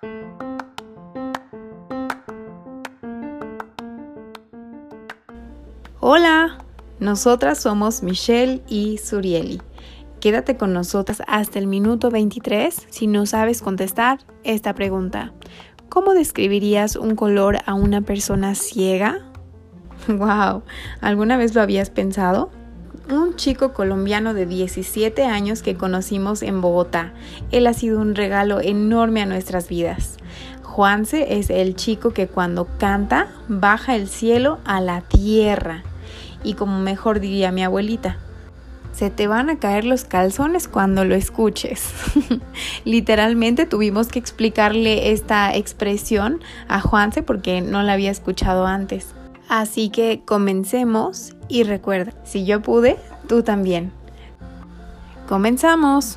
Hola, nosotras somos Michelle y Surieli. Quédate con nosotras hasta el minuto 23 si no sabes contestar esta pregunta. ¿Cómo describirías un color a una persona ciega? ¡Wow! ¿Alguna vez lo habías pensado? Un chico colombiano de 17 años que conocimos en Bogotá. Él ha sido un regalo enorme a nuestras vidas. Juanse es el chico que cuando canta baja el cielo a la tierra. Y como mejor diría mi abuelita, se te van a caer los calzones cuando lo escuches. Literalmente tuvimos que explicarle esta expresión a Juanse porque no la había escuchado antes. Así que comencemos y recuerda, si yo pude, tú también. ¡Comenzamos!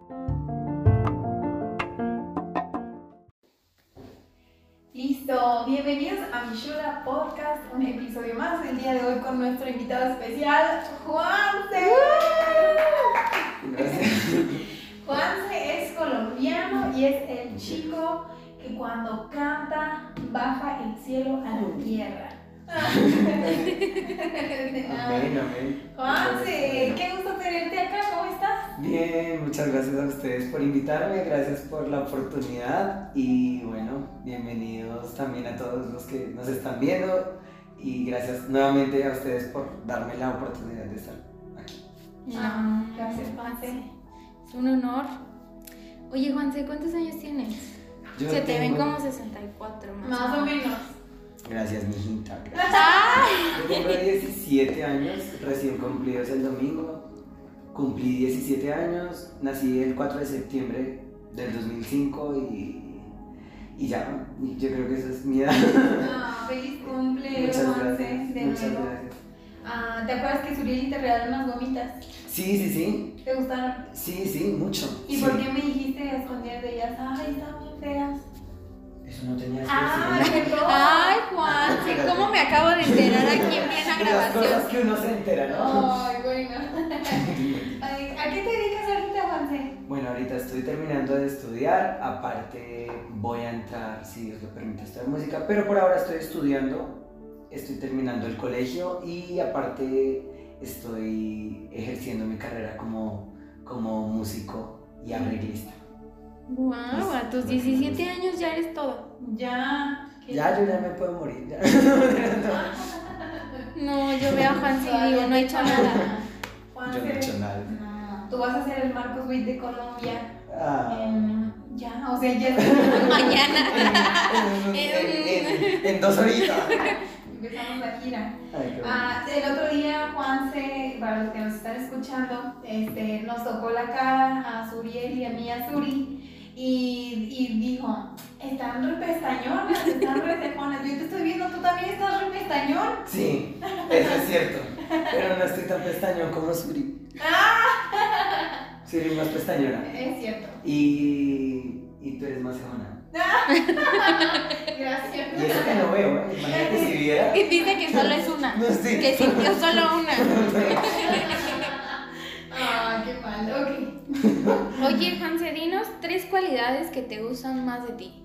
Listo, bienvenidos a Mishura Podcast, un episodio más el día de hoy con nuestro invitado especial, Juanse. Gracias. Juanse es colombiano y es el chico que cuando canta baja el cielo a la tierra. Amén. Juanse, qué gusto tenerte acá, ¿cómo estás? Bien, muchas gracias a ustedes por invitarme, gracias por la oportunidad y bueno, bienvenidos también a todos los que nos están viendo y gracias nuevamente a ustedes por darme la oportunidad de estar aquí. Gracias, Juanse. Es un honor. Oye, Juanse, ¿cuántos años tienes? Se te ven como 64 Más o menos. Gracias, mijita. Yo tengo 17 años, recién cumplidos el domingo. Cumplí 17 años, nací el 4 de septiembre del 2005 y ya, yo creo que esa es mi edad. Feliz cumple, Muchas Juanse, gracias. de Muchas nuevo. gracias. ¿Te acuerdas que Surieli te regaló unas gomitas? Sí. ¿Te gustaron? Sí, mucho. ¿Y sí. por qué me dijiste a escondidas de ellas? Ay, están bien feas. Eso no tenía que Perdón. Ay, Juanse, ¿cómo me acabo de enterar aquí en plena Las cosas grabación? que uno se entera, ¿no? Ay, bueno. Ay, ¿a qué te dedicas ahorita, Juanse? Bueno, ahorita estoy terminando de estudiar, aparte voy a entrar, si Dios lo permite, a estudiar música, pero por ahora estoy estudiando, estoy terminando el colegio y aparte estoy ejerciendo mi carrera como músico y arreglista. Wow, a tus 17 años ya eres todo. Ya. Ya, yo ya me puedo morir. Ya. No, yo veo a Juanse y digo, no he hecho nada. Juanse, Yo no he hecho nada. No, tú vas a ser el Marcos Witt de Colombia. Ah. Ya, o sea, ya. Mañana. En 2 horitas. Empezamos la gira. Ay, qué El otro día Juanse, para los que nos están escuchando, nos tocó la cara a Suriel y a mí a Suri y dijo, están re pestañonas, están re tejonas. Yo te estoy viendo, tú también estás re pestañón. Sí, eso es cierto, pero no estoy tan pestañón como Suri. Suri es más pestañona. Es cierto. Y tú eres más cejona. Gracias. Y eso que no veo, imagínate si viera. Y dice que solo es una. No sé. Que sintió solo una. Qué mal, ok. Oye, Juanse, dinos 3 cualidades que te gustan más de ti.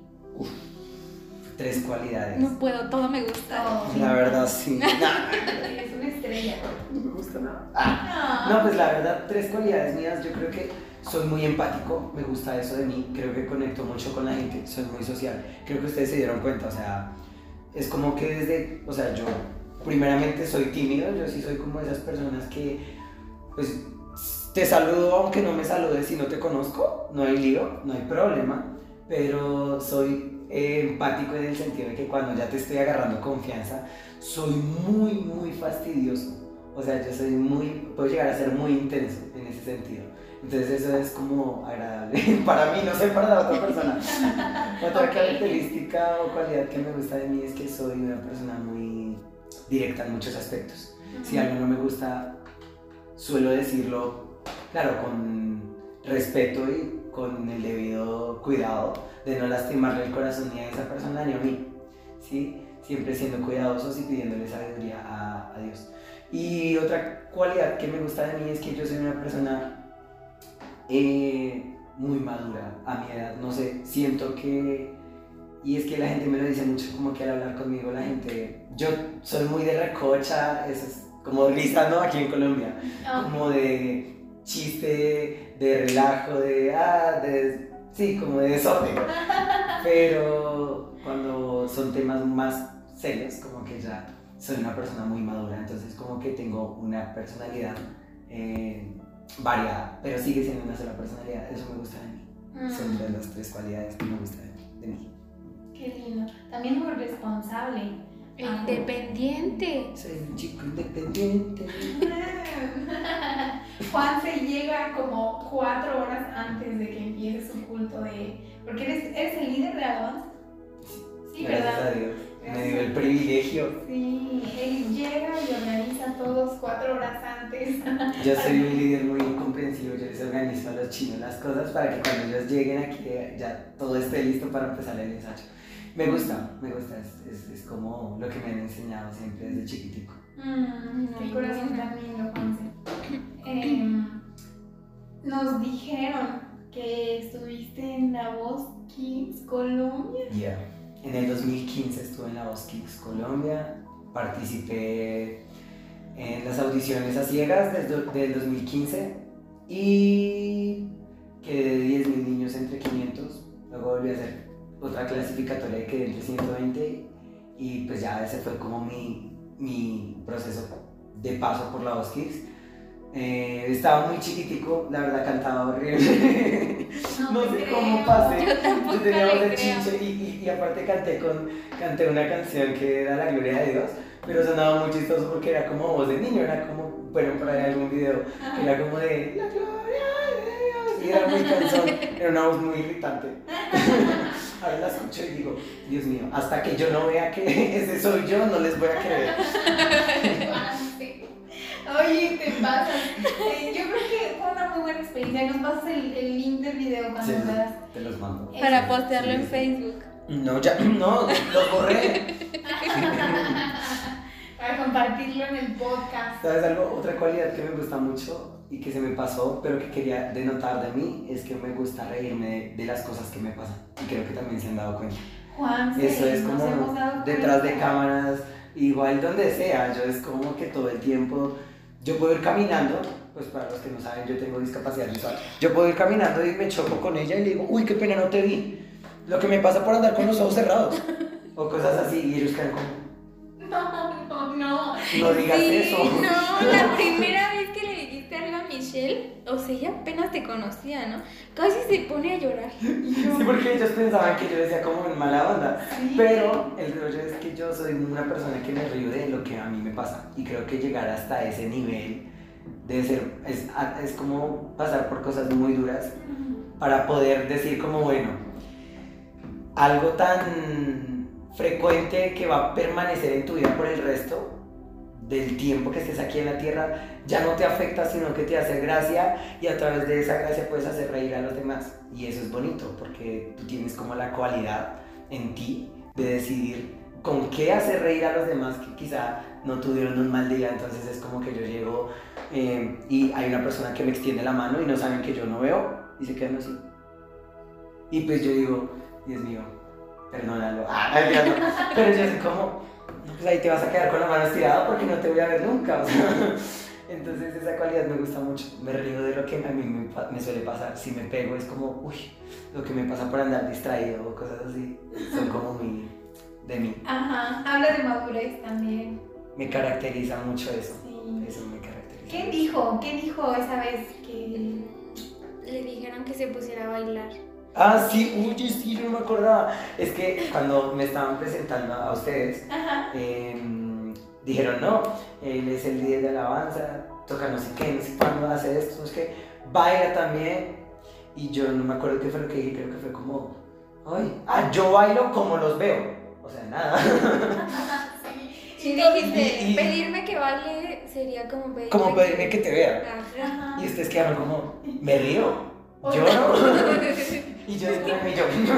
3 cualidades. No puedo, todo me gusta. La verdad, sí. Es una estrella. No me gusta nada. No, pues la verdad, 3 cualidades mías. Yo creo que soy muy empático, me gusta eso de mí. Creo que conecto mucho con la gente, soy muy social. Creo que ustedes se dieron cuenta, o sea, es como que o sea, yo primeramente soy tímido. Yo sí soy como esas personas que, pues, te saludo aunque no me saludes si no te conozco, no hay lío, no hay problema, pero soy empático en el sentido de que cuando ya te estoy agarrando confianza, soy muy fastidioso. O sea, yo puedo llegar a ser muy intenso en ese sentido. Entonces eso es como agradable para mí, no sé para la otra persona. Otra característica o cualidad que me gusta de mí es que soy una persona muy directa en muchos aspectos. Si algo no me gusta, suelo decirlo, claro, con respeto y con el debido cuidado de no lastimarle el corazón ni a esa persona ni a mí, ¿sí? Siempre siendo cuidadosos y pidiéndole sabiduría a Dios. Y otra cualidad que me gusta de mí es que yo soy una persona muy madura a mi edad. No sé, siento que Y es que la gente me lo dice mucho, como que al hablar conmigo la gente, yo soy muy de recocha, eso es como risa, ¿no? Aquí en Colombia, como de chiste, de relajo, sí, como de desorden. Pero cuando son temas más serios, como que ya soy una persona muy madura, entonces como que tengo una personalidad variada, pero sigue siendo una sola personalidad, eso me gusta de mí. Son de las 3 cualidades que me gustan de mí. Qué lindo. También muy responsable. Independiente. Soy un chico independiente. Juan se llega como 4 horas antes de que empiece su culto porque eres el líder de alabanza. Sí, gracias, ¿verdad? A Dios. Me dio el privilegio. Sí, él llega y organiza todos 4 horas antes. Yo soy un líder muy comprensivo, yo les organizo a los chinos las cosas para que cuando ellos lleguen aquí ya todo esté listo para empezar el ensayo. Me gusta, es como lo que me han enseñado siempre desde chiquitico. Qué corazón tan lindo, Juanse. Nos dijeron que estuviste en La Voz Kids Colombia. Yeah. En el 2015 estuve en La Voz Kids Colombia, participé en las audiciones a ciegas del 2015 y quedé de 10.000 niños entre 500, luego volví a hacer otra clasificatoria y quedé entre 120 y pues ya ese fue como mi proceso de paso por La Voz Kids. Estaba muy chiquitico, la verdad cantaba horrible. No sé cómo pasé. Yo tenía voz de creo. chinche y aparte canté una canción que era La Gloria de Dios, pero sonaba muy chistoso porque era como voz de niño, era como, bueno, por ahí algún video, que era como de La Gloria de Dios y era muy cansón, era una voz muy irritante. Ahora la escucho y digo, Dios mío, hasta que yo no vea que ese soy yo, no les voy a creer. Oye, te pasas. Yo creo que fue una muy buena experiencia. Nos pasas el link del video cuando puedas. Te los mando. Para postearlo en Facebook. No, ya, no, los borré. Para compartirlo en el podcast. ¿Sabes algo? Otra cualidad que me gusta mucho y que se me pasó, pero que quería denotar de mí, es que me gusta reírme de las cosas que me pasan. Y creo que también se han dado cuenta. Juan, Eso es nos como hemos dado detrás de cuenta. cámaras, igual donde sea, yo es como que todo el tiempo, yo puedo ir caminando, pues para los que no saben, yo tengo discapacidad visual, yo puedo ir caminando y me choco con ella y le digo, uy, qué pena, no te vi, lo que me pasa por andar con los ojos cerrados, o cosas así, y ellos quedan como, no digas eso. No, la primera vez que le dijiste algo a Michelle, o sea, ella apenas te conocía, ¿no? Casi se pone a llorar. Sí, porque ellos pensaban que yo decía como en mala onda, pero el rollo es que yo soy una persona que me río de lo que a mí me pasa, y creo que llegar hasta ese nivel debe ser, es como pasar por cosas muy duras para poder decir como, bueno, algo tan frecuente que va a permanecer en tu vida por el resto del tiempo que estés aquí en la tierra, ya no te afecta, sino que te hace gracia, y a través de esa gracia puedes hacer reír a los demás, y eso es bonito porque tú tienes como la cualidad en ti de decidir con qué hacer reír a los demás que quizá no tuvieron un mal día. Entonces es como que yo llego y hay una persona que me extiende la mano y no saben que yo no veo y se quedan así, y pues yo digo, Dios mío, perdónalo, pero yo sé como, pues ahí te vas a quedar con la mano estirada porque no te voy a ver nunca, o sea, entonces esa cualidad me gusta mucho, me río de lo que a mí me suele pasar, si me pego es como, uy, lo que me pasa por andar distraído o cosas así, son como muy de mí. Ajá, habla de madurez también. Me caracteriza mucho eso, Sí. eso me caracteriza. ¿Qué dijo? ¿Qué dijo esa vez que Le dijeron que se pusiera a bailar. Ah, sí, uy, sí, yo no me acordaba. Es que cuando me estaban presentando a ustedes, dijeron, no, él es el líder de alabanza, toca no sé qué, no sé cuándo, hace esto, no sé qué, baila también. Y yo no me acuerdo qué fue lo que dije, creo que fue como, yo bailo como los veo. O sea, nada. Sí, dijiste, pedirme que baile sería como pedirme, Como pedirme que te vea. Ajá. Y ustedes quedaron como, me río, lloro. Y yo dentro de mí,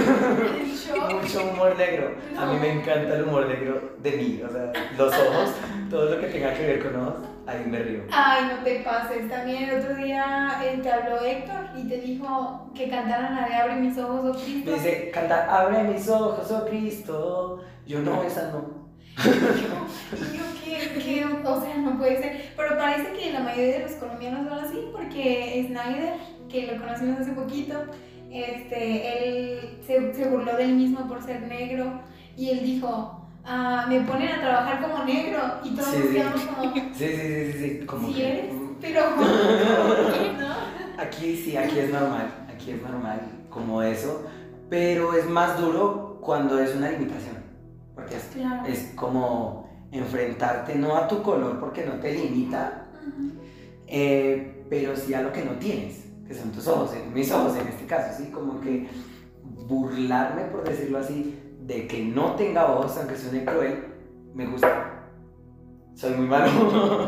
mucho humor negro. A mí me encanta el humor negro de mí, o sea, los ojos, todo lo que tenga que ver con ojos, ahí me río. Ay, no te pases. También el otro día te habló Héctor y te dijo que cantaran la de Abre mis ojos, oh Cristo. Me dice, canta, abre mis ojos, oh Cristo. Yo no, esa no. Y yo, ¿qué? O sea, no puede ser. Pero parece que la mayoría de los colombianos son así, porque Snyder, que lo conocimos hace poquito, él se burló del mismo por ser negro y él dijo, me ponen a trabajar como negro y todos Sí, nos sí. quedamos como, Sí. Como si que, eres, pero ¿no? Aquí sí, aquí es normal como eso, pero es más duro cuando es una limitación, porque Claro. es como enfrentarte no a tu color porque no te limita, pero sí a lo que no tienes, que son tus ojos, mis ojos en este caso, ¿sí? Como que burlarme, por decirlo así, de que no tenga ojos, aunque suene cruel, me gusta. Soy muy malo.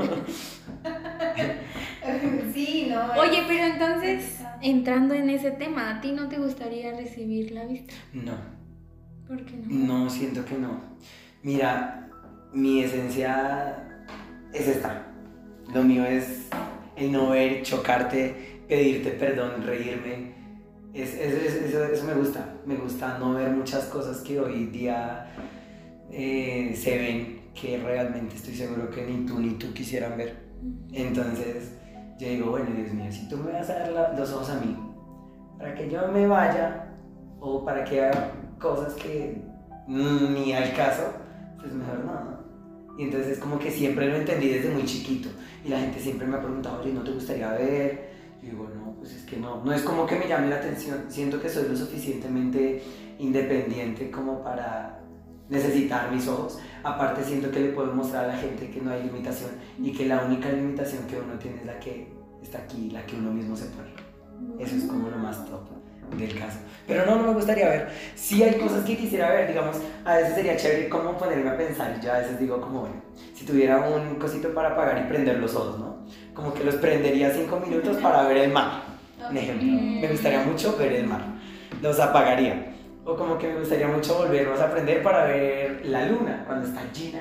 Sí, no. Oye, pero entonces, entrando en ese tema, ¿a ti no te gustaría recibir la vista? No. ¿Por qué no? No, siento que no. Mira, mi esencia es esta. Lo mío es el no ver, chocarte, pedirte perdón, reírme. Eso me gusta. Me gusta no ver muchas cosas que hoy día se ven que realmente estoy seguro que ni tú quisieran ver. Entonces yo digo, bueno, Dios mío, si tú me vas a dar los ojos a mí para que yo me vaya o para que haga cosas que ni al caso, pues mejor no. Y entonces es como que siempre lo entendí desde muy chiquito y la gente siempre me ha preguntado, oye, ¿no te gustaría ver? Yo digo, no, pues es que no es como que me llame la atención, siento que soy lo suficientemente independiente como para necesitar mis ojos. Aparte siento que le puedo mostrar a la gente que no hay limitación y que la única limitación que uno tiene es la que está aquí, la que uno mismo se pone. Eso es como lo más top del caso. Pero no me gustaría ver. Sí hay cosas que quisiera ver, digamos, a veces sería chévere como ponerme a pensar y yo a veces digo como, bueno, si tuviera un cosito para apagar y prender los ojos, ¿no? Como que los prendería 5 minutos para ver el mar, un ejemplo. Me gustaría mucho ver el mar. Los apagaría. O como que me gustaría mucho volverlos a prender para ver la luna cuando está llena.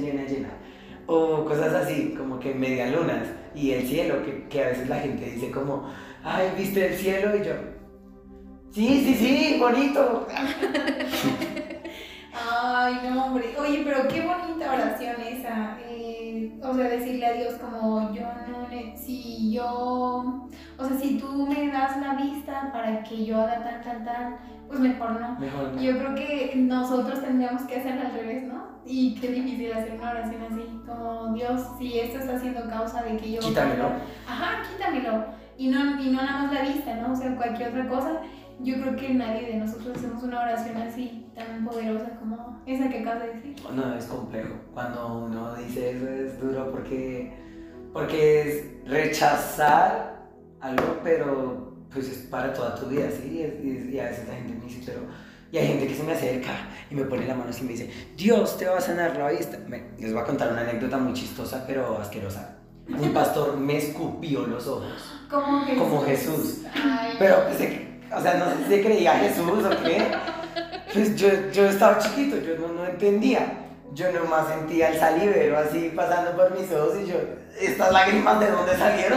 O cosas así, como que media lunas. Y el cielo, que a veces la gente dice como, ay, ¿viste el cielo? Y yo, sí, bonito. Ay, no, hombre. Oye, pero qué bonita oración esa. O sea, decirle a Dios como yo no si tú me das la vista para que yo haga tal, pues mejor no. Mejor no. Yo creo que nosotros tendríamos que hacerlo al revés, ¿no? Y qué difícil hacer una oración así, como Dios, si esto está siendo causa de que yo... Quítamelo. Ajá, quítamelo. Y no nada más la vista, ¿no? O sea, cualquier otra cosa. Yo creo que nadie de nosotros hacemos una oración así, tan poderosa como esa que acabas de decir. No, es complejo. Cuando uno dice eso es duro porque es rechazar algo, pero pues es para toda tu vida, ¿sí? Y a veces la gente me dice, pero... Y hay gente que se me acerca y me pone la mano así y me dice, Dios te va a sanar la vista. Les voy a contar una anécdota muy chistosa, pero asquerosa. Un pastor me escupió los ojos. Como Jesús. Ay. Pero pues, o sea, no sé si se creía Jesús o qué. Pues yo estaba chiquito, yo no entendía. Yo nomás sentía el salivero así pasando por mis ojos y yo, ¿estas lágrimas de dónde salieron?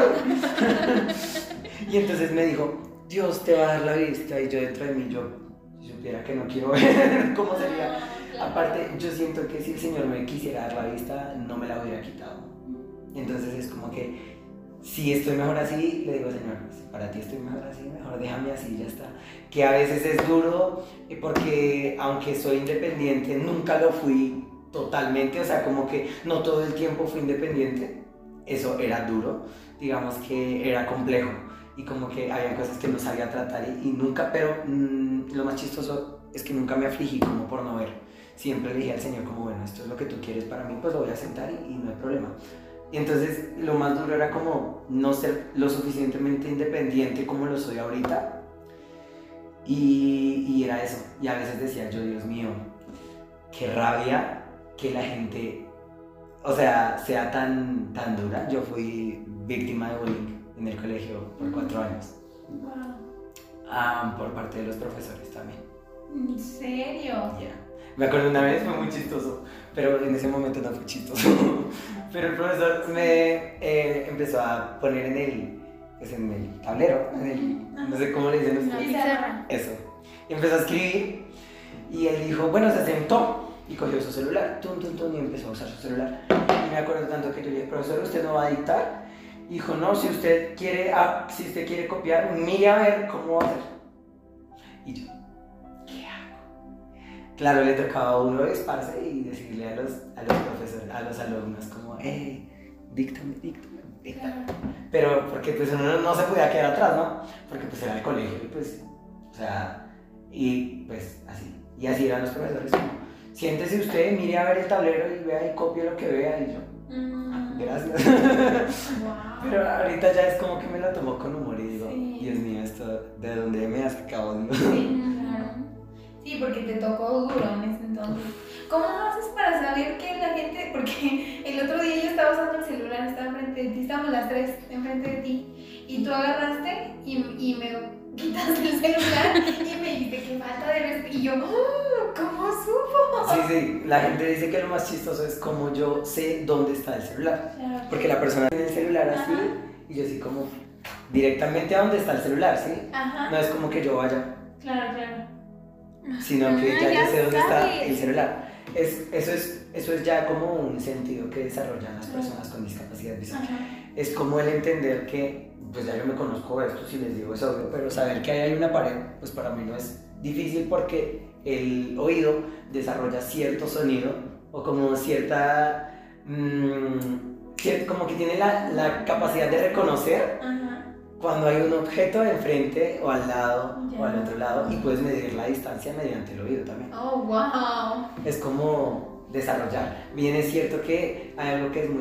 Y entonces me dijo, Dios te va a dar la vista. Y yo dentro de mí, yo supiera que no quiero ver cómo sería. Aparte, yo siento que si el Señor me quisiera dar la vista, no me la hubiera quitado. Y entonces es como que, si estoy mejor así, le digo, Señor, si para ti estoy mejor así, mejor déjame así y ya está. Que a veces es duro porque aunque soy independiente, nunca lo fui totalmente, o sea, como que no todo el tiempo fui independiente. Eso era duro, digamos que era complejo y como que había cosas que no sabía tratar y nunca, pero lo más chistoso es que nunca me afligí como por no ver. Siempre le dije al Señor como, bueno, esto es lo que tú quieres para mí, pues lo voy a aceptar y no hay problema. Y entonces lo más duro era como no ser lo suficientemente independiente como lo soy ahorita. Y era eso. Y a veces decía yo, Dios mío, qué rabia que la gente, o sea, sea tan dura. Yo fui víctima de bullying en el colegio por 4 años. Wow. Por parte de los profesores también. ¿En serio? Yeah. Me acuerdo una vez, fue muy chistoso, pero en ese momento no fue chistoso. Pero el profesor me empezó a poner en el tablero, no sé cómo le dicen ustedes. Pizarra. Eso. Y empezó a escribir y él dijo, bueno, se sentó y cogió su celular, y empezó a usar su celular. Y me acuerdo tanto que yo le dije, profesor, ¿usted no va a dictar? Y dijo, no, si usted quiere copiar, mire a ver cómo va a hacer. Y yo, ¿qué hago? Claro, le tocaba a uno desparse y decirle a los profesores, a los alumnos, como, díctame. Claro. Pero porque pues uno no se podía quedar atrás, ¿no? Porque pues era el colegio y pues, o sea, y pues así. Y así eran los profesores, como, siéntese usted, mire a ver el tablero y vea y copie lo que vea. Y yo, gracias. Wow. Pero ahorita ya es como que me lo tomo con humor y digo, Sí. Dios mío, esto, ¿de dónde me has sacado? Sí, claro. Sí, porque te tocó duro en ese entonces. ¿Cómo haces para saber que la gente, porque el otro día yo estaba usando el celular, estaba enfrente de ti, estábamos las tres enfrente de ti, y tú agarraste y me quitaste el celular y me dijiste que falta de respeto, y yo, ¿cómo supo? Sí, la gente dice que lo más chistoso es como yo sé dónde está el celular. Claro. Porque la persona tiene el celular así Ajá. y yo así como directamente a donde está el celular, ¿sí? Ajá. No es como que yo vaya, Claro. sino que Ah, ya ya yo sé dónde está sabes. el celular. Eso es ya como un sentido que desarrollan las personas con discapacidad visual. Ajá. Es como el entender que, pues ya yo me conozco esto, si les digo es obvio, pero saber que ahí hay una pared, pues para mí no es difícil porque el oído desarrolla cierto sonido o como cierta, como que tiene la capacidad de reconocer Ajá. cuando hay un objeto enfrente o al lado Ya. o al otro lado y puedes medir la distancia mediante el oído también. Oh, wow. Es como desarrollar. Bien es cierto que hay algo que es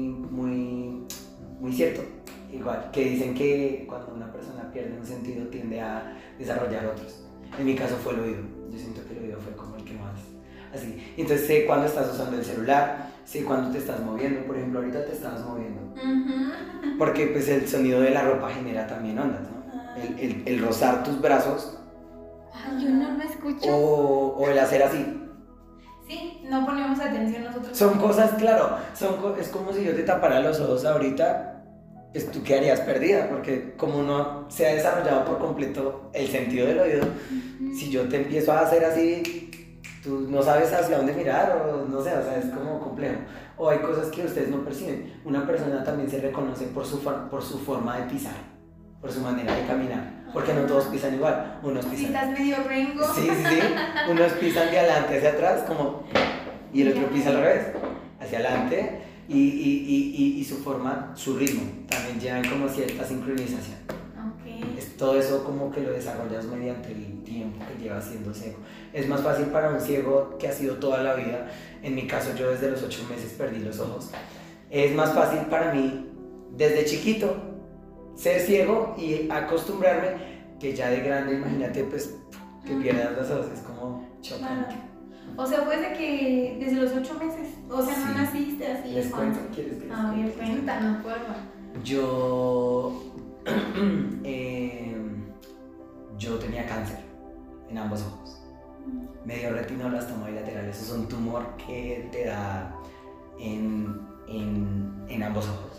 muy cierto, igual, que dicen que cuando una persona pierde un sentido tiende a desarrollar otros. En mi caso fue el oído. Yo siento que el oído fue como el que más así. Entonces sé cuando estás usando el celular, sé cuando te estás moviendo. Por ejemplo, ahorita te estabas moviendo. Porque pues el sonido de la ropa genera también ondas, ¿no? El rozar tus brazos Ay, yo no lo escucho. o el hacer así. Sí, no ponemos atención nosotros. Son cosas, claro, es como si yo te tapara los ojos ahorita, pues tú quedarías perdida, porque como no se ha desarrollado por completo el sentido del oído, si yo te empiezo a hacer así, tú no sabes hacia dónde mirar, o no sé, o sea, es como complejo. O hay cosas que ustedes no perciben. Una persona también se reconoce por su forma de pisar, por su manera de caminar, porque no todos pisan igual, unos Si pisan... estás medio rengo. Sí, unos pisan de adelante hacia atrás, como, y el otro pisa al revés, hacia adelante, y su forma, su ritmo, también llevan como cierta sincronización. Ok. Todo eso como que lo desarrollas mediante el tiempo que llevas siendo ciego. Es más fácil para un ciego que ha sido toda la vida, en mi caso yo desde los 8 meses perdí los ojos, es más fácil para mí desde chiquito ser ciego y acostumbrarme que ya de grande, imagínate pues que pierdas los ojos, es como chocante. Claro. O sea, fue de que desde los 8 meses, o sea, no Sí. naciste así. ¿Les ¿cuánto? cuento? ¿Quieres que les A ver, cuente? cuéntanos, porfa. Yo tenía cáncer en ambos ojos. Me dio retinoblastoma bilateral, eso es un tumor que te da en ambos ojos.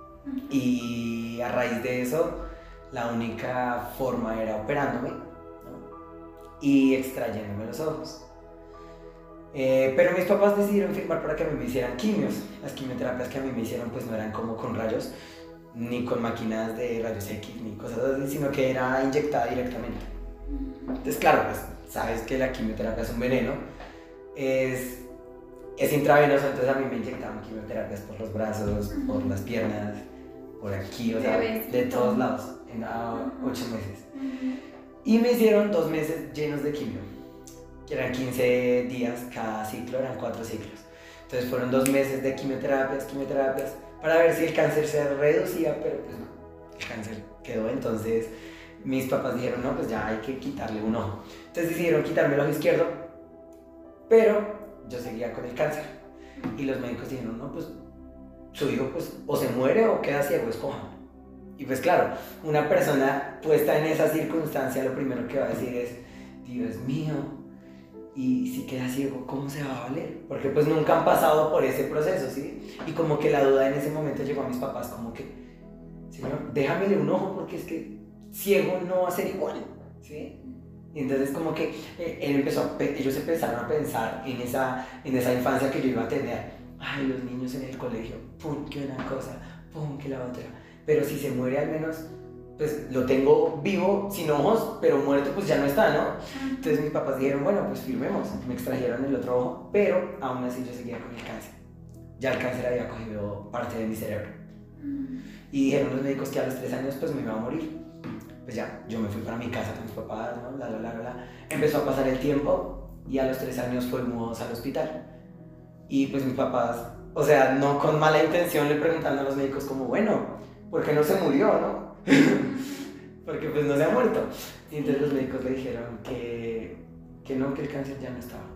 Y a raíz de eso, la única forma era operándome, ¿no? Y extrayéndome los ojos. Pero mis papás decidieron firmar para que a mí me hicieran quimios. Las quimioterapias que a mí me hicieron pues no eran como con rayos, ni con máquinas de rayos X, ni cosas así, sino que era inyectada directamente. Entonces claro, pues sabes que la quimioterapia es un veneno, es intravenoso, entonces a mí me inyectaban quimioterapias por los brazos, por las piernas, por aquí, o sea, de todos lados, en 8 meses. Y me hicieron 2 meses llenos de quimio, que eran 15 días cada ciclo, eran 4 ciclos. Entonces fueron 2 meses de quimioterapias, para ver si el cáncer se reducía, pero pues no, el cáncer quedó. Entonces mis papás dijeron, no, pues ya hay que quitarle un ojo. Entonces decidieron quitarme el ojo izquierdo, pero yo seguía con el cáncer. Y los médicos dijeron, no, pues su hijo pues o se muere o queda ciego, escojan. Y pues claro, una persona puesta en esa circunstancia lo primero que va a decir es, Dios mío, y si queda ciego, ¿cómo se va a valer? Porque pues nunca han pasado por ese proceso, ¿sí? Y como que la duda en ese momento llegó a mis papás, como que, Señor, déjamele un ojo porque es que ciego no va a ser igual, ¿sí? Y entonces como que ellos empezaron a pensar en esa infancia que yo iba a tener. Ay, los niños en el colegio, pum, que una cosa, pum, que la otra. Pero si se muere al menos, pues lo tengo vivo, sin ojos, pero muerto pues ya no está, ¿no? Entonces mis papás dijeron, bueno, pues firmemos. Me extrajeron el otro ojo, pero aún así yo seguía con el cáncer. Ya el cáncer había cogido parte de mi cerebro. Y dijeron los médicos que a los 3 años pues me iba a morir. Pues ya, yo me fui para mi casa con mis papás, ¿no? Empezó a pasar el tiempo y a los 3 años fuimos al hospital. Y pues mis papás, o sea, no con mala intención, le preguntaron a los médicos como, bueno, ¿por qué no se murió, no? Porque pues no se ha muerto. Y entonces los médicos le dijeron que no, que el cáncer ya no estaba.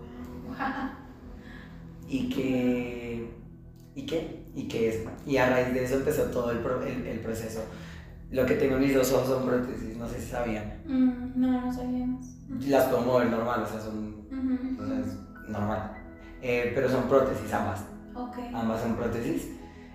Y a raíz de eso empezó todo el proceso. Lo que tengo en mis 2 ojos son prótesis, no sé si sabían. No sabíamos. Las puedo mover normal, o sea, o sea, es normal. Pero son prótesis ambas. Okay. Ambas son prótesis.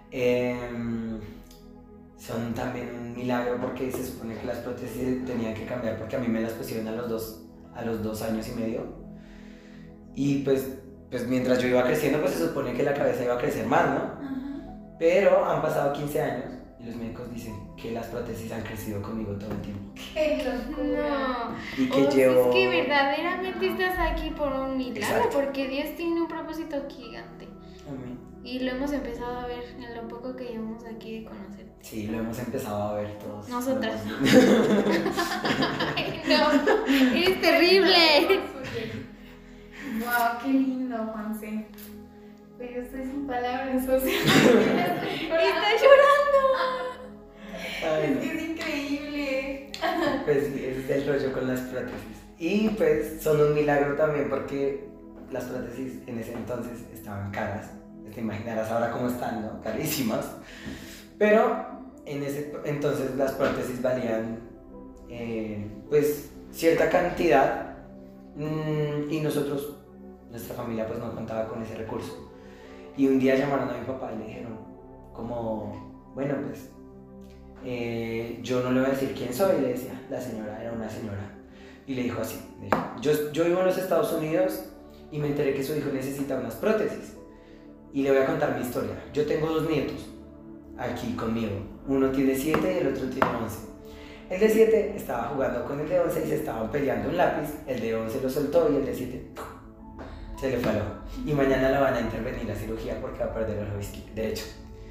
Son también un milagro porque se supone que las prótesis tenían que cambiar porque a mí me las pusieron a los 2 años y medio. Y pues mientras yo iba creciendo, pues se supone que la cabeza iba a crecer más, ¿no? Pero han pasado 15 años y los médicos dicen que las prótesis han crecido conmigo todo el tiempo. ¡Qué locura! No. Y que llevo... Es que verdaderamente estás aquí por un milagro. Exacto. Porque Dios tiene un propósito gigante. Amén. Y lo hemos empezado a ver en lo poco que llevamos aquí de conocerte. Sí, lo hemos empezado a ver todos. Nosotras. Ay, no, eres terrible. Wow, qué lindo, Juanse. Pero estoy sin palabras, o sea, está llorando. Ay, no. Es increíble. Pues sí, ese es el rollo con las prótesis. Y pues son un milagro también porque las prótesis en ese entonces estaban caras. Te imaginarás ahora cómo están, ¿no? Carísimas. Pero en ese entonces las prótesis valían pues cierta cantidad y nuestra familia pues no contaba con ese recurso. Y un día llamaron a mi papá y le dijeron como, bueno pues yo no le voy a decir quién soy, le decía, la señora era una señora. Y le dijo así, yo vivo en los Estados Unidos y me enteré que su hijo necesita unas prótesis. Y le voy a contar mi historia. Yo tengo 2 nietos aquí conmigo. Uno tiene 7 y el otro tiene 11. El de 7 estaba jugando con el de 11 y se estaban peleando un lápiz. El de 11 lo soltó y el de 7 se le fue al ojo. Y mañana le van a intervenir la cirugía porque va a perder el ojo derecho.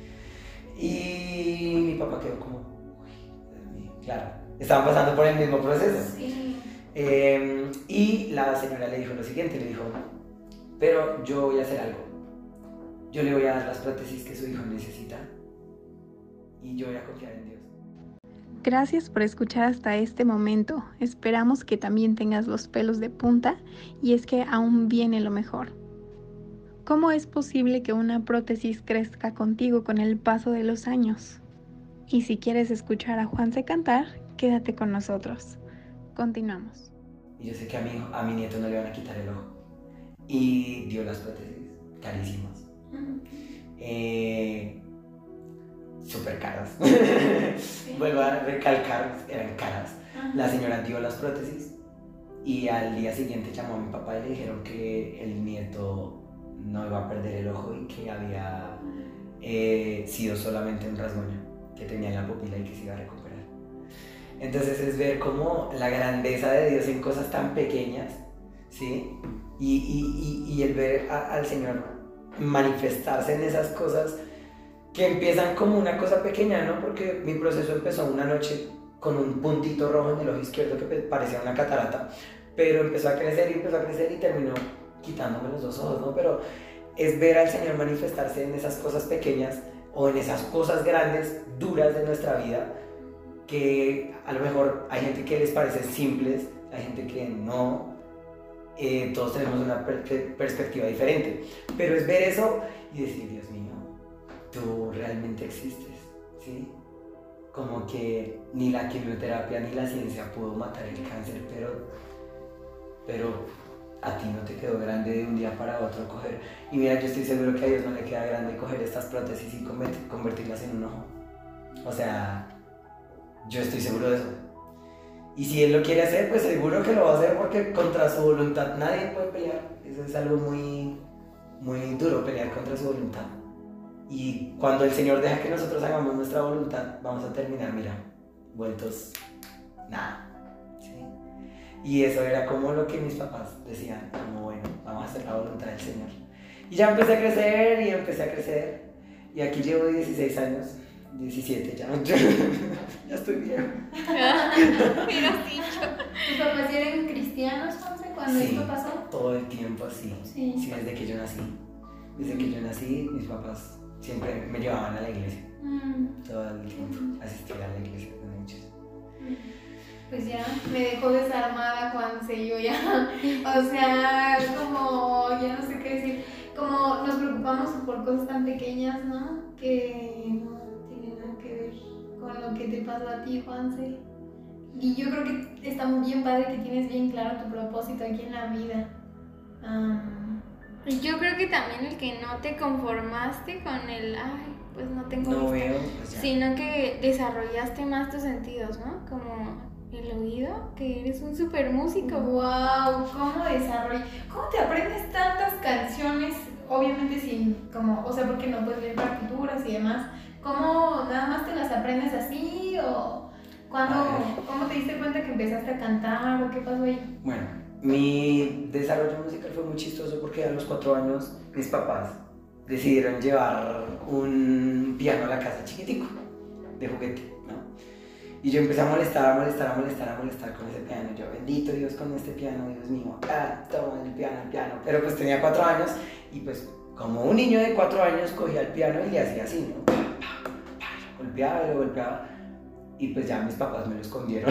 Y mi papá quedó como, uy, Dios mío, claro. Estaban pasando por el mismo proceso. Sí. Y la señora le dijo lo siguiente, le dijo, pero yo voy a hacer algo. Yo le voy a dar las prótesis que su hijo necesita y yo voy a confiar en Dios. Gracias por escuchar hasta este momento. Esperamos que también tengas los pelos de punta y es que aún viene lo mejor. ¿Cómo es posible que una prótesis crezca contigo con el paso de los años? Y si quieres escuchar a Juanse cantar, quédate con nosotros. Continuamos. Y yo sé que a mi nieto no le van a quitar el ojo. Y dio las prótesis carísimas. Súper caras. Vuelvo a recalcar, eran caras. La señora dio las prótesis y al día siguiente llamó a mi papá y le dijeron que el nieto no iba a perder el ojo y que había sido solamente un rasguño que tenía en la pupila y que se iba a recuperar. Entonces es ver como la grandeza de Dios en cosas tan pequeñas, ¿sí? Y el ver al Señor manifestarse en esas cosas que empiezan como una cosa pequeña, ¿no? Porque mi proceso empezó una noche con un puntito rojo en el ojo izquierdo que parecía una catarata, pero empezó a crecer y terminó quitándome los 2 ojos, ¿no? Pero es ver al Señor manifestarse en esas cosas pequeñas o en esas cosas grandes, duras de nuestra vida, que a lo mejor hay gente que les parece simples, hay gente que no. Todos tenemos una perspectiva diferente, pero es ver eso y decir, Dios mío, tú realmente existes, ¿sí? Como que ni la quimioterapia ni la ciencia pudo matar el cáncer, pero a ti no te quedó grande de un día para otro coger. Y mira, yo estoy seguro que a Dios no le queda grande coger estas prótesis y convertirlas en un ojo. O sea, yo estoy seguro de eso. Y si Él lo quiere hacer, pues seguro que lo va a hacer porque contra su voluntad nadie puede pelear. Eso es algo muy, muy duro, pelear contra su voluntad. Y cuando el Señor deja que nosotros hagamos nuestra voluntad, vamos a terminar, mira, vueltos nada. ¿Sí? Y eso era como lo que mis papás decían, como bueno, vamos a hacer la voluntad del Señor. Y ya empecé a crecer y empecé a crecer. Y aquí llevo 16 años, 17 ya. Ya estoy viejo. Pero sí, ¿Tus papás eran cristianos, Juanse, cuando Sí, esto pasó? todo el tiempo así. Sí. Sí, desde que yo nací. Desde que yo nací, mis papás siempre me llevaban a la iglesia. Todo el tiempo. Asistía a la iglesia con ellos. Pues ya me dejó desarmada, Juanse, yo ya, o sea, como, ya no sé qué decir, como nos preocupamos por cosas tan pequeñas, ¿no? Que no tienen nada que ver con lo que te pasó a ti, Juanse. Y yo creo que está muy bien padre que tienes bien claro tu propósito aquí en la vida. Y yo creo que también el que no te conformaste con el, ay, pues no tengo No vista, veo, pues ya. sino que desarrollaste más tus sentidos, ¿no? Como el oído, que eres un super músico. Wow, ¿cómo desarrollas? ¿Cómo te aprendes tantas canciones? Obviamente sin, como, o sea, porque no puedes leer partituras y demás. ¿Cómo nada más te las aprendes así? ¿O cómo te diste cuenta que empezaste a cantar? ¿O qué pasó ahí? Bueno, mi desarrollo musical fue muy chistoso porque a los 4 años mis papás decidieron llevar un piano a la casa chiquitico, de juguete, ¿no? Y yo empecé a molestar con ese piano. Yo, bendito Dios con este piano, Dios mío, toma el piano. Pero pues tenía 4 años y pues como un niño de 4 años cogía el piano y le hacía así, ¿no? Lo golpeaba. Y pues ya mis papás me lo escondieron.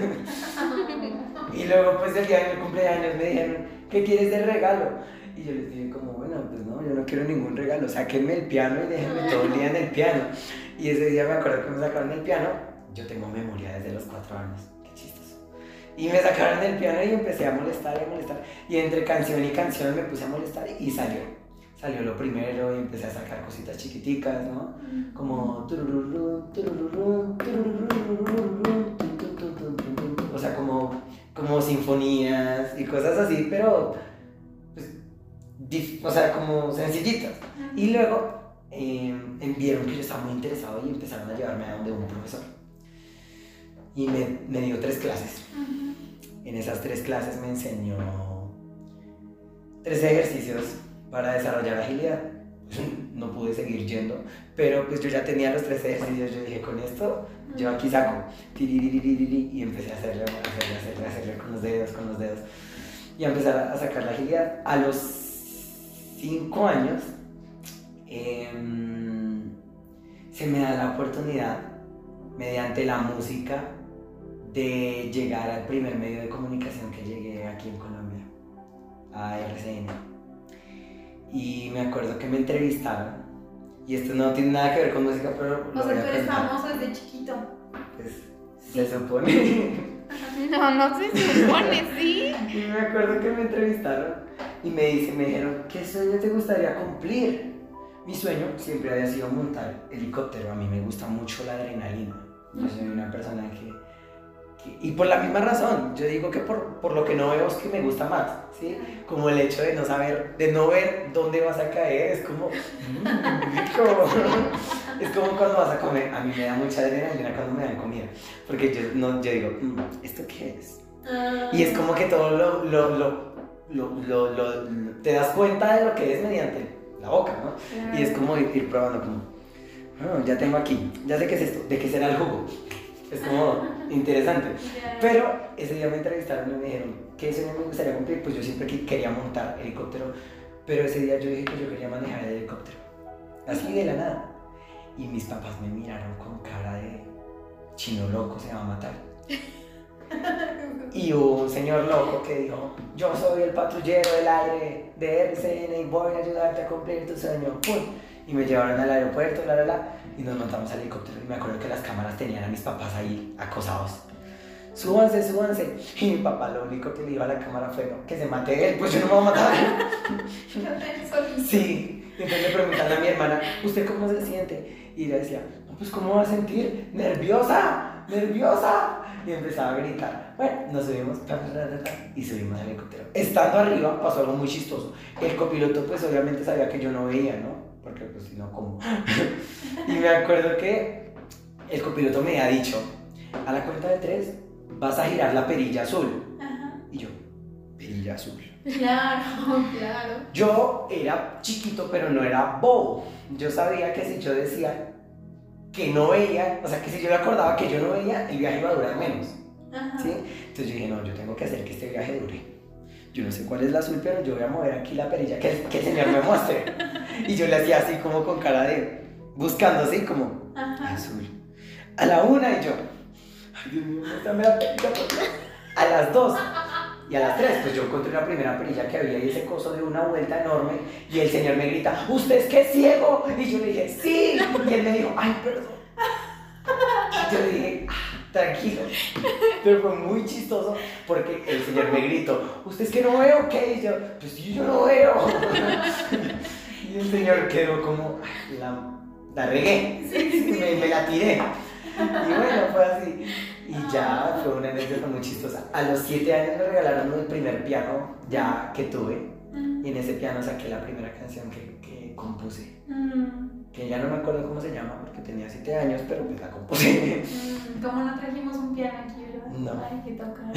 Y luego pues el día de mi cumpleaños me dijeron, ¿qué quieres de regalo? Y yo les dije como, bueno, pues no, yo no quiero ningún regalo, sáquenme el piano y déjenme todo el día en el piano. Y ese día me acuerdo que me sacaron el piano. Yo tengo memoria desde los 4 años, qué chistoso. Y me sacaron el piano y empecé a molestar. Y entre canción y canción me puse a molestar y salió. Salió lo primero y empecé a sacar cositas chiquiticas, ¿no? Como turururú, turururú, turururú, o sea, como sinfonías y cosas así, pero pues, o sea, como sencillitas. Y luego vieron que yo estaba muy interesado y empezaron a llevarme a donde un profesor. Y me dio 3 clases. En esas 3 clases me enseñó 3 ejercicios para desarrollar agilidad. Pues, no pude seguir yendo, pero pues yo ya tenía los 3 ejercicios. Yo dije, con esto yo aquí saco y empecé a hacerlo con los dedos y a empezar a sacar la agilidad. A los 5 años se me da la oportunidad mediante la música de llegar al primer medio de comunicación que llegué aquí en Colombia, a RCN. Y me acuerdo que me entrevistaron, y esto no tiene nada que ver con música, pero O sea, tú eres famoso desde chiquito. Pues se supone. No se supone, ¿sí? Y me acuerdo que me entrevistaron y me dijeron, ¿qué sueño te gustaría cumplir? Mi sueño siempre había sido montar helicóptero. A mí me gusta mucho la adrenalina. Yo soy una persona que y por la misma razón, yo digo que por lo que no veo es que me gusta más, ¿sí? Como el hecho de no saber, de no ver dónde vas a caer, es como es como cuando vas a comer. A mí me da mucha adrenalina cuando me dan comida, porque yo digo, ¿esto qué es? Y es como que todo te das cuenta de lo que es mediante la boca, ¿no? Y es como ir probando, como, ya tengo aquí, ya sé qué es esto, ¿de qué será el jugo? Es como interesante. Pero ese día me entrevistaron y me dijeron, ¿qué sueño me gustaría cumplir? Pues yo siempre quería montar helicóptero, pero ese día yo dije que yo quería manejar el helicóptero, así de la nada. Y mis papás me miraron con cara de chino loco, se va a matar. Y hubo un señor loco que dijo, yo soy el patrullero del aire de RCN y voy a ayudarte a cumplir tu sueño. ¡Pum! Y me llevaron al aeropuerto, y nos montamos al helicóptero. Y me acuerdo que las cámaras tenían a mis papás ahí acosados. súbanse, súbanse. Y mi papá lo único que le iba a la cámara fue, no, que se mate él, pues yo no me voy a matar. Sí, entonces le preguntan a mi hermana, ¿usted cómo se siente? Y ella decía, no, pues ¿cómo va a sentir? Nerviosa, nerviosa. Y empezaba a gritar. Bueno, nos subimos y subimos al helicóptero. Estando arriba pasó algo muy chistoso. El copiloto pues obviamente sabía que yo no veía, ¿no? Porque pues si no, ¿cómo? Y me acuerdo que el copiloto me había dicho, a la cuenta de 3 vas a girar la perilla azul. Ajá. Y yo, perilla azul. Claro, claro. Yo era chiquito, pero no era bobo. Yo sabía que si yo decía que no veía, o sea, que si yo le acordaba que yo no veía, el viaje iba a durar menos. Ajá. ¿Sí? Entonces yo dije, no, yo tengo que hacer que este viaje dure. Yo no sé cuál es la azul, pero yo voy a mover aquí la perilla que el señor me muestre. Y yo le hacía así como con cara de, buscando así como, Ajá. azul. A la 1 y yo, ay Dios mío, muéstrame la perilla, por Dios. A las 2 y a las 3, pues yo encontré la primera perilla que había y ese coso de una vuelta enorme. Y el señor me grita, ¿usted es que es ciego? Y yo le dije, sí. Y él me dijo, ay, perdón. Y yo le dije, tranquilo. Pero fue muy chistoso porque el señor me gritó, ¿usted es que no veo o qué? Y yo, pues sí, yo no veo. Y el señor quedó como, la regué, me la tiré. Y bueno, fue así. Y ya fue una anécdota muy chistosa. A los 7 años me regalaron el primer piano ya que tuve. Y en ese piano saqué la primera canción que compuse. Que ya no me acuerdo cómo se llama porque tenía 7 años, pero pues la compuse. ¿Cómo no trajimos un piano aquí, verdad? No. Ay, qué tocar.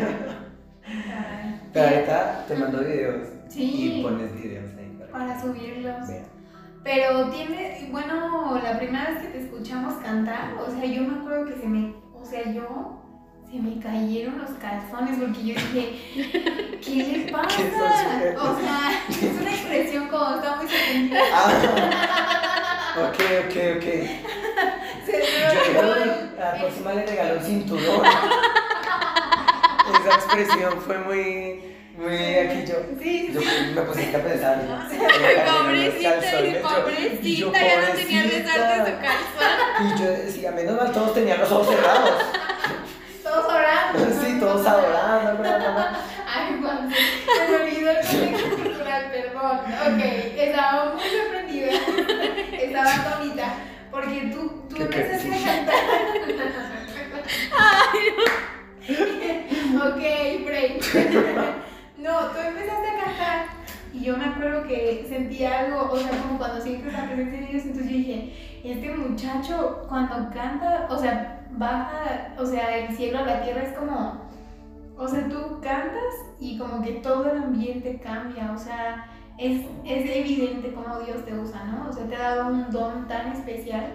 Pero ahorita te mando videos Sí. y pones videos ahí Para subirlos. vean. Pero tiene, bueno, la primera vez que te escuchamos cantar, o sea, yo me acuerdo que se me cayeron los calzones porque yo dije, ¿qué le pasa? ¿Qué es eso? O sea, es una expresión como está muy sorprendida. Ok. Se Yo a la próxima le regalo un cinturón. Esa expresión fue muy aquí yo. Sí, Yo me pusiste a pensar. Pobrecita, ya no tenía resalto su calzón. Y yo decía, menos mal todos tenían los ojos cerrados. todos orando. Sí, todos adorando. Ay, Juan, se me olvidó el contexto cultural, perdón. Ok, estaba muy sorprendida. Estaba atónita. Porque tú empezaste a cantar. Ok, break. No, tú empezaste a cantar. Y yo me acuerdo que sentí algo, o sea, como cuando sientes la presencia de Dios. Entonces yo dije, este muchacho cuando canta, o sea, baja, o sea, del cielo a la tierra es como, o sea, tú cantas y como que todo el ambiente cambia, o sea, es evidente cómo Dios te usa, ¿no? O sea, te ha dado un don tan especial.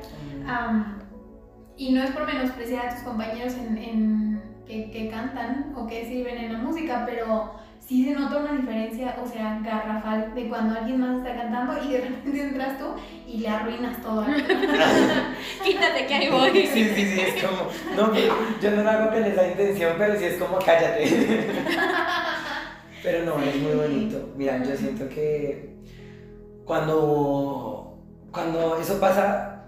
Y no es por menospreciar a tus compañeros que cantan o que sirven en la música, pero sí se nota una diferencia, o sea, garrafal, de cuando alguien más está cantando y de repente entras tú y le arruinas todo. Quítate que ahí voy. Sí, es como, no, yo no lo hago con esa intención, pero sí es como cállate. Pero no, es muy bonito. Mira, yo siento que cuando eso pasa,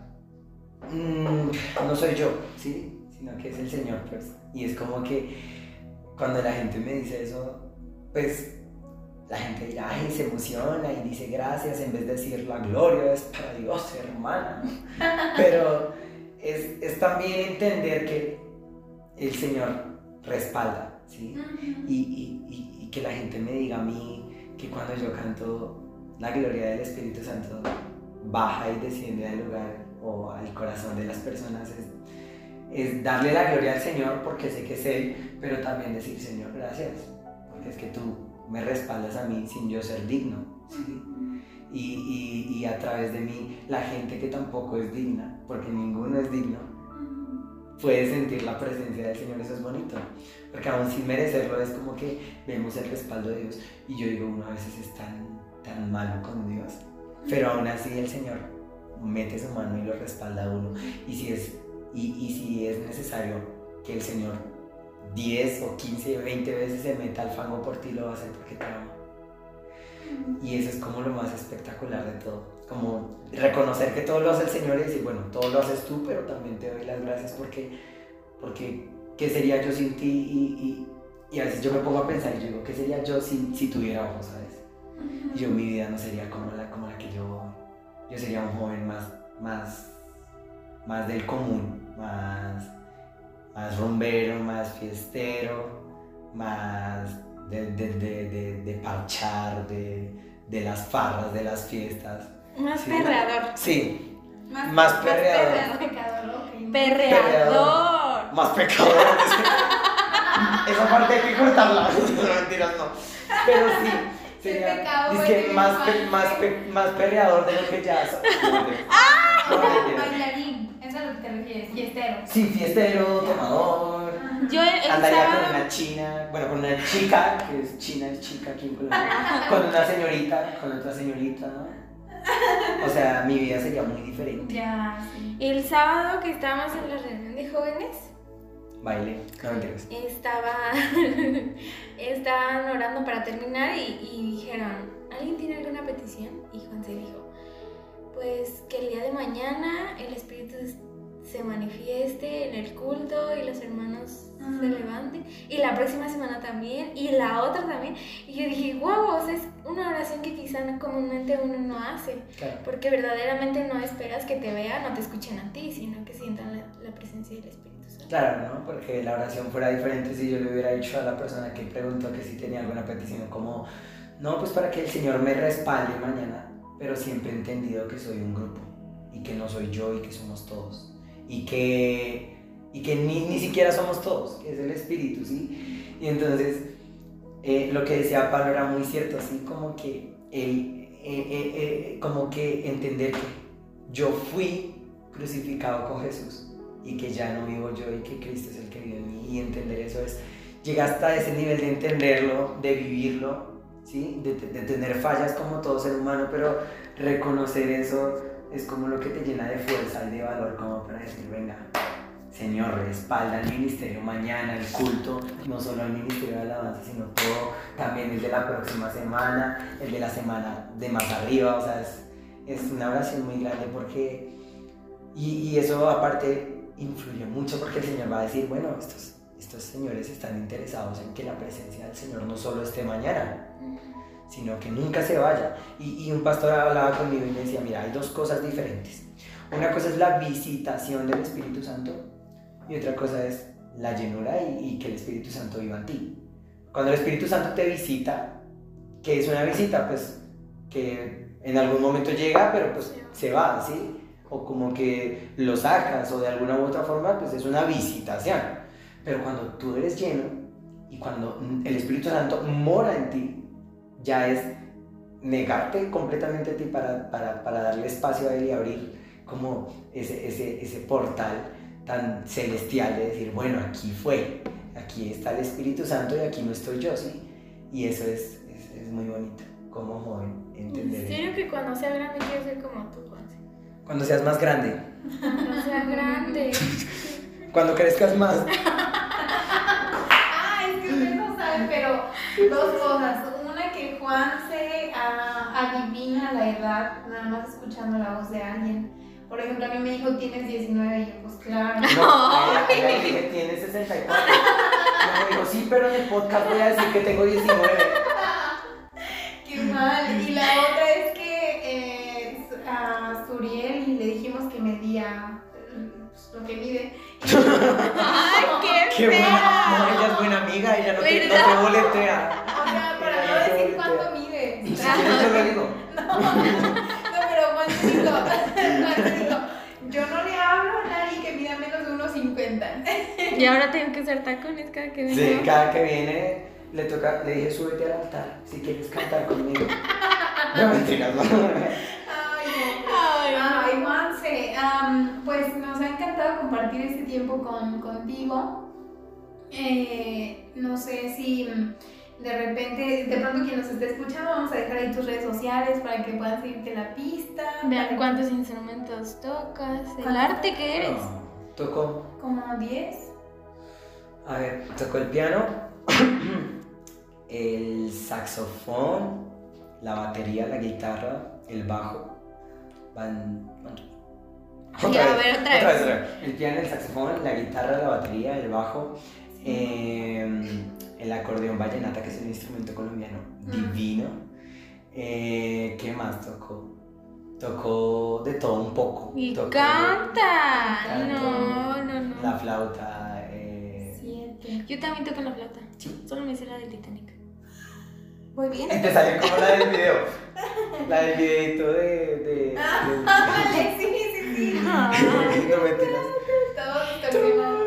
no soy yo, ¿sí? Sino que es el Señor, pues. Y es como que cuando la gente me dice eso, pues la gente dirá, ay, se emociona y dice gracias en vez de decir la gloria es para Dios, hermana. Pero es también entender que el Señor respalda, ¿sí? Y que la gente me diga a mí que cuando yo canto la gloria del Espíritu Santo baja y desciende al lugar o al corazón de las personas, es darle la gloria al Señor porque sé que es Él, pero también decir, Señor, gracias, porque es que tú me respaldas a mí sin yo ser digno, ¿sí? Y a través de mí la gente que tampoco es digna, porque ninguno es digno, puede sentir la presencia del Señor. Eso es bonito, porque aún sin merecerlo es como que vemos el respaldo de Dios. Y yo digo, uno a veces es tan malo con Dios, pero aún así el Señor mete su mano y lo respalda a uno. Y si es necesario que el Señor 10 o 15 o 20 veces se meta al fango por ti, lo va a hacer porque te ama. Y eso es como lo más espectacular de todo, como reconocer que todo lo hace el Señor y decir, bueno, todo lo haces tú, pero también te doy las gracias porque ¿qué sería yo sin ti? Y a veces yo me pongo a pensar y yo digo, ¿qué sería yo si tuviera ojos, sabes? Y yo, mi vida no sería como la que yo sería un joven más del común, más rumbero, más fiestero, más de parchar, de las farras, de las fiestas. Más ¿sí? perreador. Sí, más perreador. Perreador. Más pecador. Esa parte hay que cortarla. No, mentiras, no. Pero sí, sería. pecado, Es que güey, más perreador de lo que ya soy. Bailarín, eso es a lo que te refieres, fiestero. Sí, fiestero, tomador. Yo el Andaría sábado. con una china, bueno, con una chica, que es chica aquí en Colombia. Con una señorita, con otra señorita, ¿no? O sea, mi vida sería muy diferente. Ya, sí. El sábado que estábamos en la reunión de jóvenes, Baile, no mentiras. estaban orando para terminar y dijeron, ¿alguien tiene alguna petición? Y Juan se dijo, pues que el día de mañana el Espíritu se manifieste en el culto y los hermanos se levanten, y la próxima semana también, y la otra también. Y yo dije, wow, o sea, es una oración que quizá comúnmente uno no hace, Claro. porque verdaderamente no esperas que te vean o te escuchen a ti, sino que sientan la presencia del Espíritu Santo. Claro, ¿no? Porque la oración fuera diferente si yo le hubiera dicho a la persona que preguntó que si tenía alguna petición, como, no, pues para que el Señor me respalde mañana, pero siempre he entendido que soy un grupo, y que no soy yo, y que somos todos, y que ni siquiera somos todos, que es el Espíritu, ¿sí? Y entonces, lo que decía Pablo era muy cierto, así como que como que entender que yo fui crucificado con Jesús, y que ya no vivo yo y que Cristo es el que vive en mí, y entender eso es llegar hasta ese nivel de entenderlo, de vivirlo, ¿sí? de tener fallas como todo ser humano, pero reconocer eso es como lo que te llena de fuerza y de valor, como para decir, venga, Señor, respalda el ministerio mañana, el culto, no solo el ministerio de alabanza, sino todo, también el de la próxima semana, el de la semana de más arriba, o sea, es una oración muy grande porque, y eso aparte influye mucho porque el Señor va a decir, bueno, estos señores están interesados en que la presencia del Señor no solo esté mañana, sino que nunca se vaya. Y un pastor hablaba conmigo y me decía, mira, hay dos cosas diferentes. Una cosa es la visitación del Espíritu Santo y otra cosa es la llenura y que el Espíritu Santo viva en ti. Cuando el Espíritu Santo te visita, ¿qué es una visita? Pues que en algún momento llega, pero pues se va, ¿sí? O como que lo sacas o de alguna u otra forma, pues es una visitación. Pero cuando tú eres lleno y cuando el Espíritu Santo mora en ti, ya es negarte completamente a ti para darle espacio a él y abrir como ese portal tan celestial de decir, bueno, aquí está el Espíritu Santo y aquí no estoy yo, ¿sí? Y eso es muy bonito, como joven, entender. En serio que cuando sea grande quiero ser como tú, Juanse. Cuando seas más grande. Cuando sea grande. Cuando crezcas más. Es que ustedes no saben, pero dos cosas. Una, que Juan se adivina la edad nada más escuchando la voz de alguien. Por ejemplo, a mí me dijo, tienes 19, y yo, pues claro. No, le dije, tienes 64. Y me dijo, sí, pero en el podcast voy a decir que tengo 19. Qué mal. Y la otra es que a Suriel le dijimos que medía lo que mide. ¡Ay, qué buena. fea! No, ella es buena amiga, ella no te boletea. O sea, para Ella no no te decir boletea. cuánto mide. Si quieres yo lo digo. No, pero Juan dijo, yo no le hablo a nadie que mida menos de 1.50. Y ahora tengo que usar tacones cada que venga. Sí, cada que viene le dije, súbete al altar si quieres cantar conmigo. No, mentiras, no. Ay, Juanse, pues nos ha encantado compartir este tiempo contigo. No sé si de repente, de pronto quien nos esté escuchando, vamos a dejar ahí tus redes sociales para que puedan seguirte la pista. Vean cuántos instrumentos tocas, el arte que eres. Toco, Como 10. a ver, toco el piano, el saxofón, la batería, la guitarra, el bajo. Van Ya, a ver, otra vez. El piano, el saxofón, la guitarra, la batería, el bajo, el acordeón vallenata, que es un instrumento colombiano divino. ¿Qué más tocó? Tocó de todo un poco. Y Tocó canta. canto, No. la flauta. 7. Yo también toco la flauta. Sí. Solo me sé la del Titanic. Muy bien. Te salió como la del video. La del videito de Vale, sí. No mentiras. Todos terminan.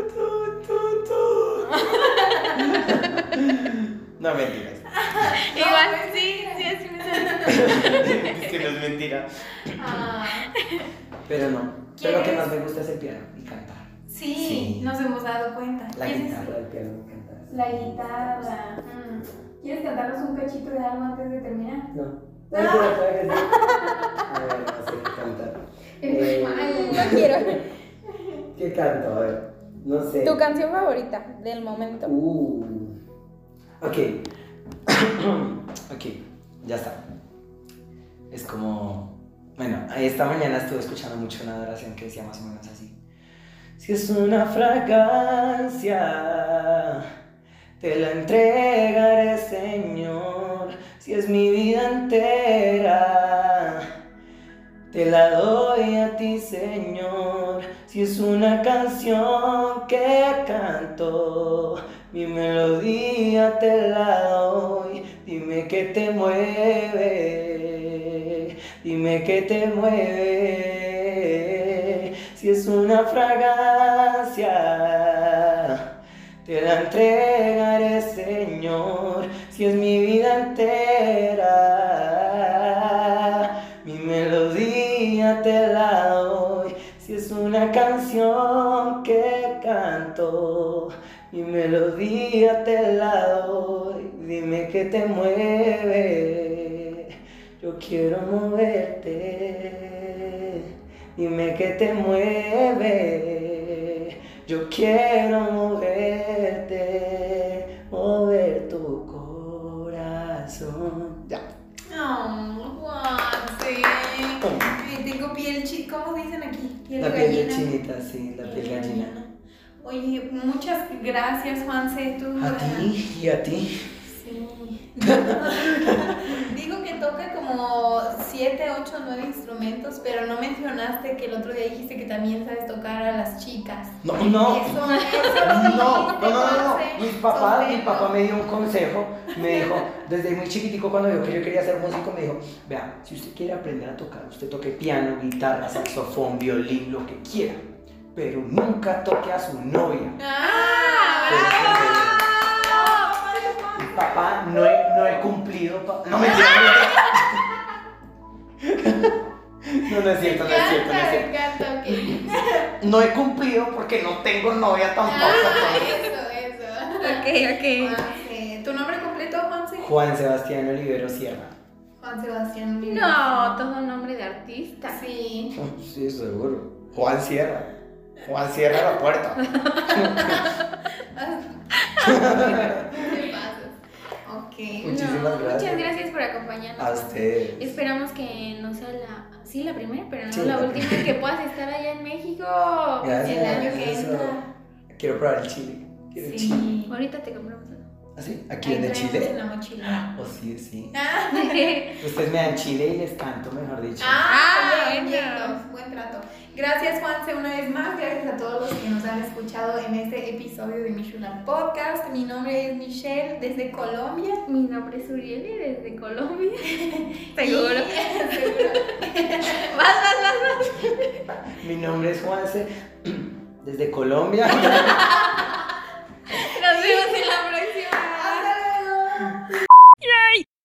No mentiras. Igual, pues, sí, así me sale. Es que no es mentira. Ah, Pero no. Pero lo que ¿Quieres? más me gusta es el piano y cantar. sí, nos hemos dado cuenta. La ¿Quieres? guitarra, el piano y cantar. La guitarra. ¿Quieres cantarnos un cachito de algo antes de terminar? No. Mentira, claro que sí. A ver, no sé qué cantar. No quiero. ¿Qué canto? A ver. No sé. ¿Tu canción favorita del momento? Ok. Ok, ya está. Es como. Bueno, esta mañana estuve escuchando mucho una adoración que decía más o menos así. Si es una fragancia, te la entregaré, Señor. Si es mi vida entera, te la doy a ti, Señor. Si es una canción que canto, mi melodía te la doy. Dime qué te mueve, dime qué te mueve. Si es una fragancia, te la entregaré, Señor. Si es mi vida entera, mi melodía te la doy. Si es una canción que canto, mi melodía te la doy. Dime qué te mueve, yo quiero moverte. Dime qué te mueve, yo quiero moverte, mover tu corazón. Ya. No, Juanse. Tengo piel chinita. ¿Cómo dicen aquí? La piel de chinita, sí, la piel gallina. Oye, muchas gracias, Juanse. Tú, A ti y a ti. Sí. Digo que toca como 7, 8, 9 instrumentos, pero no mencionaste que el otro día dijiste que también sabes tocar a las chicas. No. Eso No. Juanse. Mi papá me dio un consejo. Me dijo, desde muy chiquitico, cuando vio que yo quería ser músico, me dijo: vea, si usted quiere aprender a tocar, usted toque piano, guitarra, saxofón, violín, lo que quiera, pero nunca toque a su novia. Papá, no he cumplido. No me entiendes. No es cierto. Me encanta, ok. No he cumplido porque no tengo novia tampoco. Eso. Ok. Juanse. ¿Tu nombre completo, Juanse? Juan Sebastián Olivero Sierra. Juan Sebastián Olivero. No, todo nombre de artista. Sí. Sí, seguro. Juan Sierra. Juan Sierra la puerta. ¿Qué pasas? Ok. Muchísimas gracias. Muchas gracias por acompañarnos. A ustedes. Esperamos que no sea la primera, pero no Sí, la la última, que puedas estar allá en México. Gracias. El año que eso. entra. Quiero probar el chile. Quiero el chile. Sí. Ahorita te compramos algo. ¿Ah, sí? ¿Aquí Ahí en el traemos Chile? en la mochila. Oh, sí. Ah, Ustedes me dan chile y les canto, mejor dicho. bien, bueno. buen trato. Gracias, Juanse, una vez más. Gracias a todos los que nos han escuchado en este episodio de Michulan Podcast. Mi nombre es Michelle, desde Colombia. Mi nombre es Urieli, desde Colombia. Seguro. Seguro. Vas. Mi nombre es Juanse, desde Colombia.